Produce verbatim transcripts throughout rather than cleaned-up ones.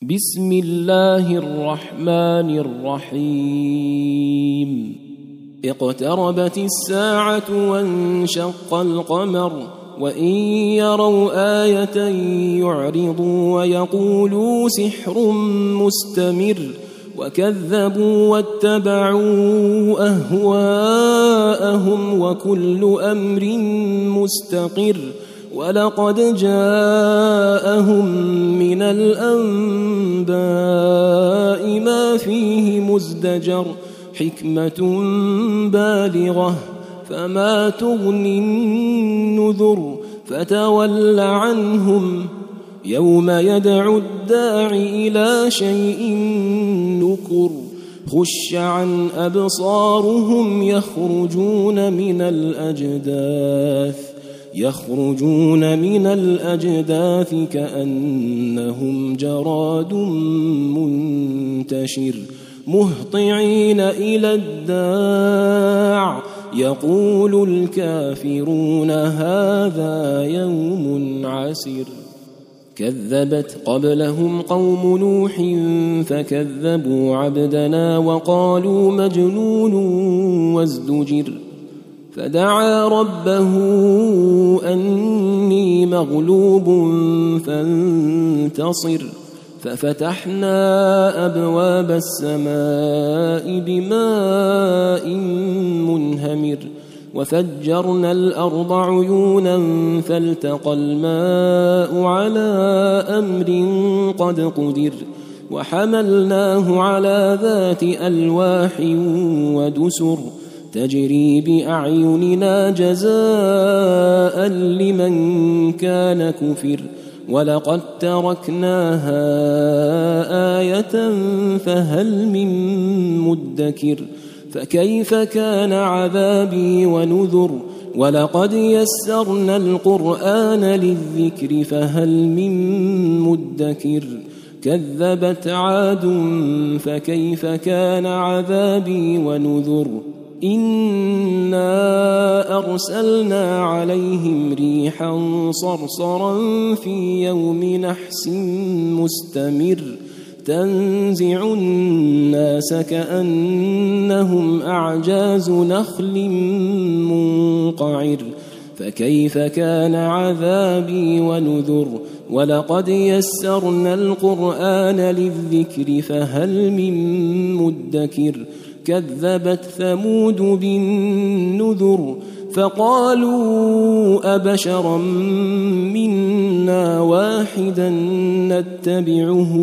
بسم الله الرحمن الرحيم اقتربت الساعة وانشق القمر وإن يروا آية يعرضوا ويقولوا سحر مستمر وكذبوا واتبعوا أهواءهم وكل أمر مستقر ولقد جاءهم من الأنباء ما فيه مزدجر حكمة بالغة فما تغني النذر فتول عنهم يوم يدعو الداع إلى شيء نكر خش عن أبصارهم يخرجون من الأجداث يخرجون من الأجداث كأنهم جراد منتشر مهطعين إلى الداع يقول الكافرون هذا يوم عسر كذبت قبلهم قوم نوح فكذبوا عبدنا وقالوا مجنون وازدجر فدعا ربه أني مغلوب فانتصر ففتحنا أبواب السماء بماء منهمر وفجرنا الأرض عيونا فالتقى الماء على أمر قد قدر وحملناه على ذات ألواح ودسر تجري بأعيننا جزاء لمن كان كفر ولقد تركناها آية فهل من مدكر فكيف كان عذابي ونذر ولقد يسرنا القرآن للذكر فهل من مدكر كذبت عاد فكيف كان عذابي ونذر إنا أرسلنا عليهم ريحا صرصرا في يوم نحس مستمر تنزع الناس كأنهم أعجاز نخل منقعر فكيف كان عذابي ونذر ولقد يسرنا القرآن للذكر فهل من مدكر كذبت ثمود بالنذر فقالوا أبشرا منا واحدا نتبعه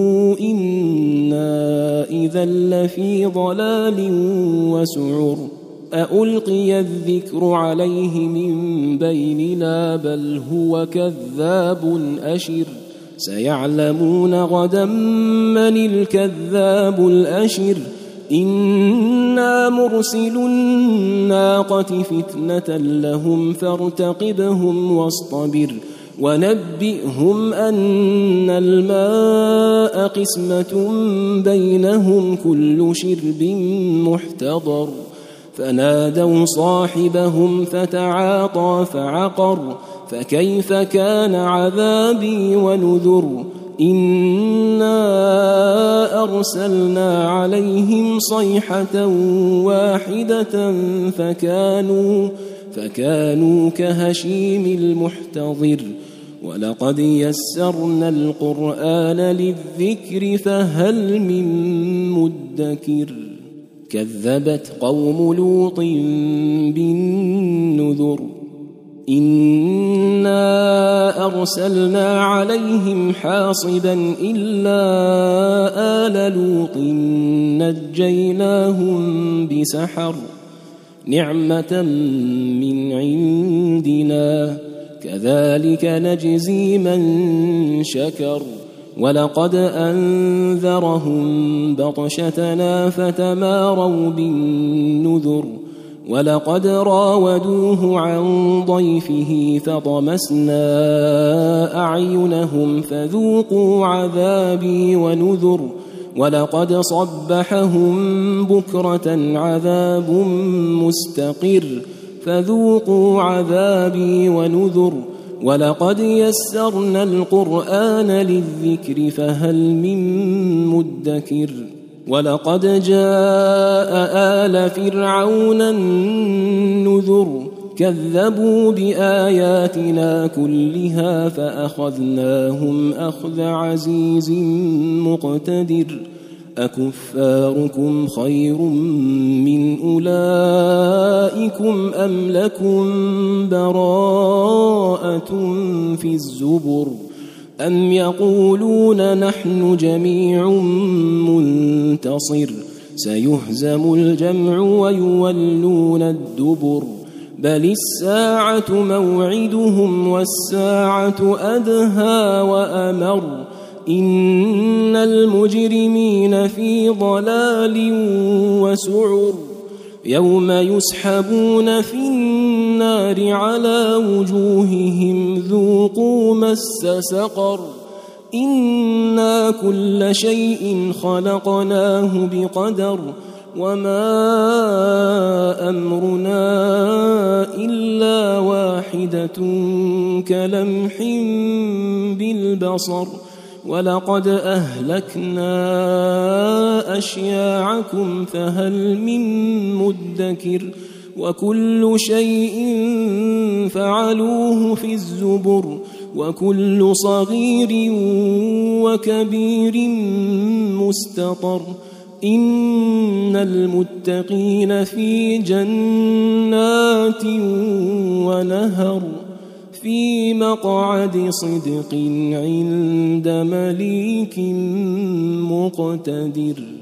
إنا إذا لفي ضلال وسعر أألقي الذكر عليه من بيننا بل هو كذاب أشر سيعلمون غدا من الكذاب الأشر إنا مرسل الناقة فتنة لهم فارتقبهم واصطبر ونبئهم أن الماء قسمة بينهم كل شرب محتضر فنادوا صاحبهم فتعاطى فعقر فكيف كان عذابي ونذر إنا أرسلنا عليهم صيحة واحدة فكانوا فكانوا كهشيم المحتضر ولقد يسرنا القرآن للذكر فهل من مدكر كذبت قوم لوط بالنذر إنا أرسلنا عليهم حاصبا إلا آل لوط نجيناهم بسحر نعمة من عندنا كذلك نجزي من شكر ولقد أنذرهم بطشتنا فتماروا بالنذر ولقد راودوه عن ضيفه فطمسنا أعينهم فذوقوا عذابي ونذر ولقد صبحهم بكرة عذاب مستقر فذوقوا عذابي ونذر ولقد يسرنا القرآن للذكر فهل من مدكر ولقد جاء آل فرعون النذر كذبوا بآياتنا كلها فأخذناهم أخذ عزيز مقتدر أكفاركم خير من أولئكم أم لكم براءة في الزبر أم يقولون نحن جميع منتصر سيهزم الجمع ويولون الدبر بل الساعة موعدهم والساعة أدهى وأمر إن المجرمين في ضلال وسعر يوم يسحبون في النار على وجوههم ذوقوا مس سقر إنا كل شيء خلقناه بقدر وما أمرنا إلا واحدة كلمح بالبصر ولقد أهلكنا أشياعكم فهل من مدكر وكل شيء فعلوه في الزبر وكل صغير وكبير مستطر إن المتقين في جنات ونهر في مقعد صدق عند مليك مقتدر.